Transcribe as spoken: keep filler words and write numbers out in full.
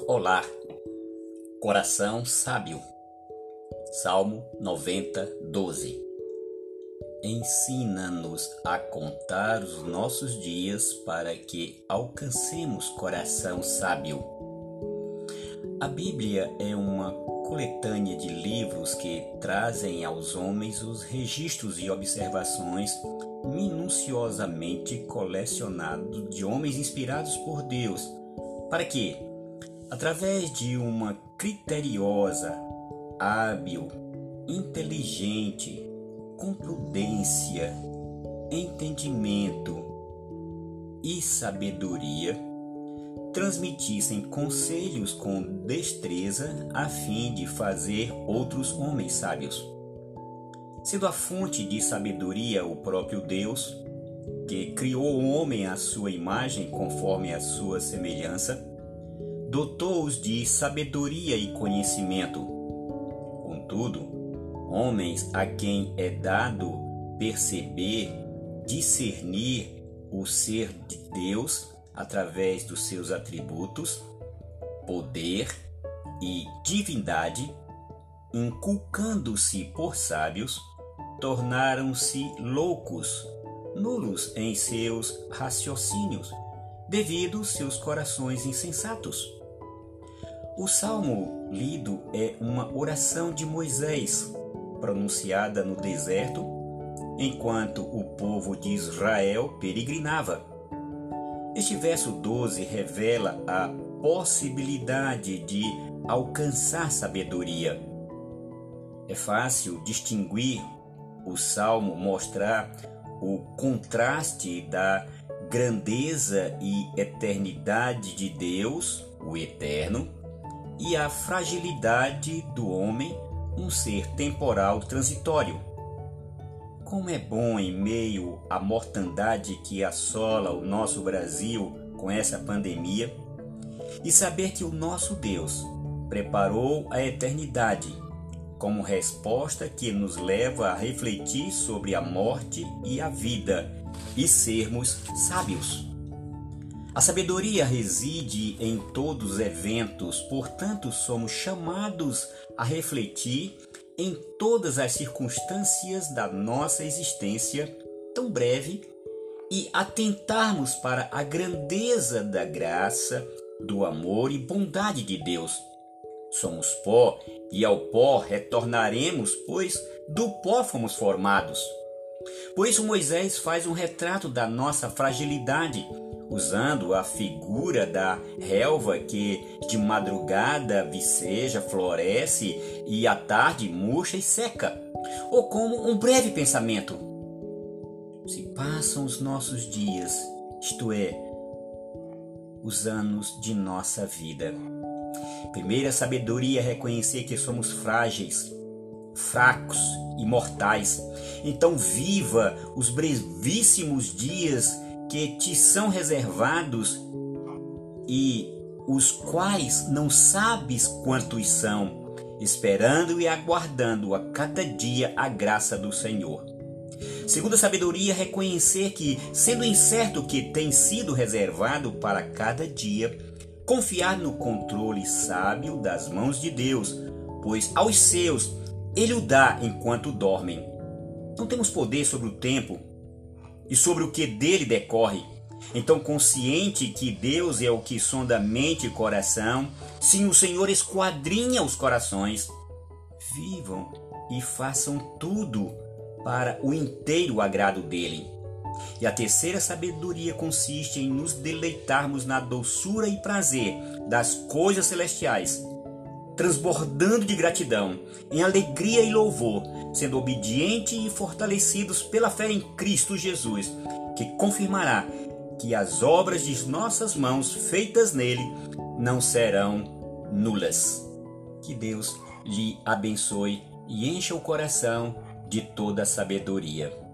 Olá, coração sábio. Salmo noventa, doze. Ensina-nos a contar os nossos dias para que alcancemos coração sábio. A Bíblia é uma coletânea de livros que trazem aos homens os registros e observações minuciosamente colecionados de homens inspirados por Deus, para que, através de uma criteriosa, hábil, inteligente, com prudência, entendimento e sabedoria, transmitissem conselhos com destreza a fim de fazer outros homens sábios. Sendo a fonte de sabedoria o próprio Deus, que criou o homem à sua imagem conforme a sua semelhança, dotou-os de sabedoria e conhecimento. Contudo, homens a quem é dado perceber, discernir o ser de Deus através dos seus atributos, poder e divindade, inculcando-se por sábios, tornaram-se loucos, nulos em seus raciocínios, devido seus corações insensatos. O salmo lido é uma oração de Moisés, pronunciada no deserto, enquanto o povo de Israel peregrinava. Este verso doze revela a possibilidade de alcançar sabedoria. É fácil distinguir o salmo, mostrar o contraste da grandeza e eternidade de Deus, o Eterno, e a fragilidade do homem, um ser temporal transitório. Como é bom, em meio à mortandade que assola o nosso Brasil com essa pandemia, e saber que o nosso Deus preparou a eternidade como resposta que nos leva a refletir sobre a morte e a vida e sermos sábios. A sabedoria reside em todos os eventos, portanto, somos chamados a refletir em todas as circunstâncias da nossa existência tão breve e atentarmos para a grandeza da graça, do amor e bondade de Deus. Somos pó e ao pó retornaremos, pois do pó fomos formados. Por isso Moisés faz um retrato da nossa fragilidade, usando a figura da relva que de madrugada viceja, floresce e à tarde murcha e seca, ou como um breve pensamento. Se passam os nossos dias, isto é, os anos de nossa vida. Primeira sabedoria é reconhecer que somos frágeis, fracos e mortais. Então viva os brevíssimos dias que te são reservados e os quais não sabes quantos são, esperando e aguardando a cada dia a graça do Senhor. Segunda sabedoria é reconhecer que, sendo incerto o que tem sido reservado para cada dia, confiar no controle sábio das mãos de Deus, pois aos seus Ele o dá enquanto dormem. Não temos poder sobre o tempo e sobre o que dele decorre. Então, consciente que Deus é o que sonda a mente e coração, sim, o Senhor esquadrinha os corações. Vivam e façam tudo para o inteiro agrado dele. E a terceira sabedoria consiste em nos deleitarmos na doçura e prazer das coisas celestiais, transbordando de gratidão, em alegria e louvor, sendo obedientes e fortalecidos pela fé em Cristo Jesus, que confirmará que as obras de nossas mãos feitas nele não serão nulas. Que Deus lhe abençoe e encha o coração de toda a sabedoria.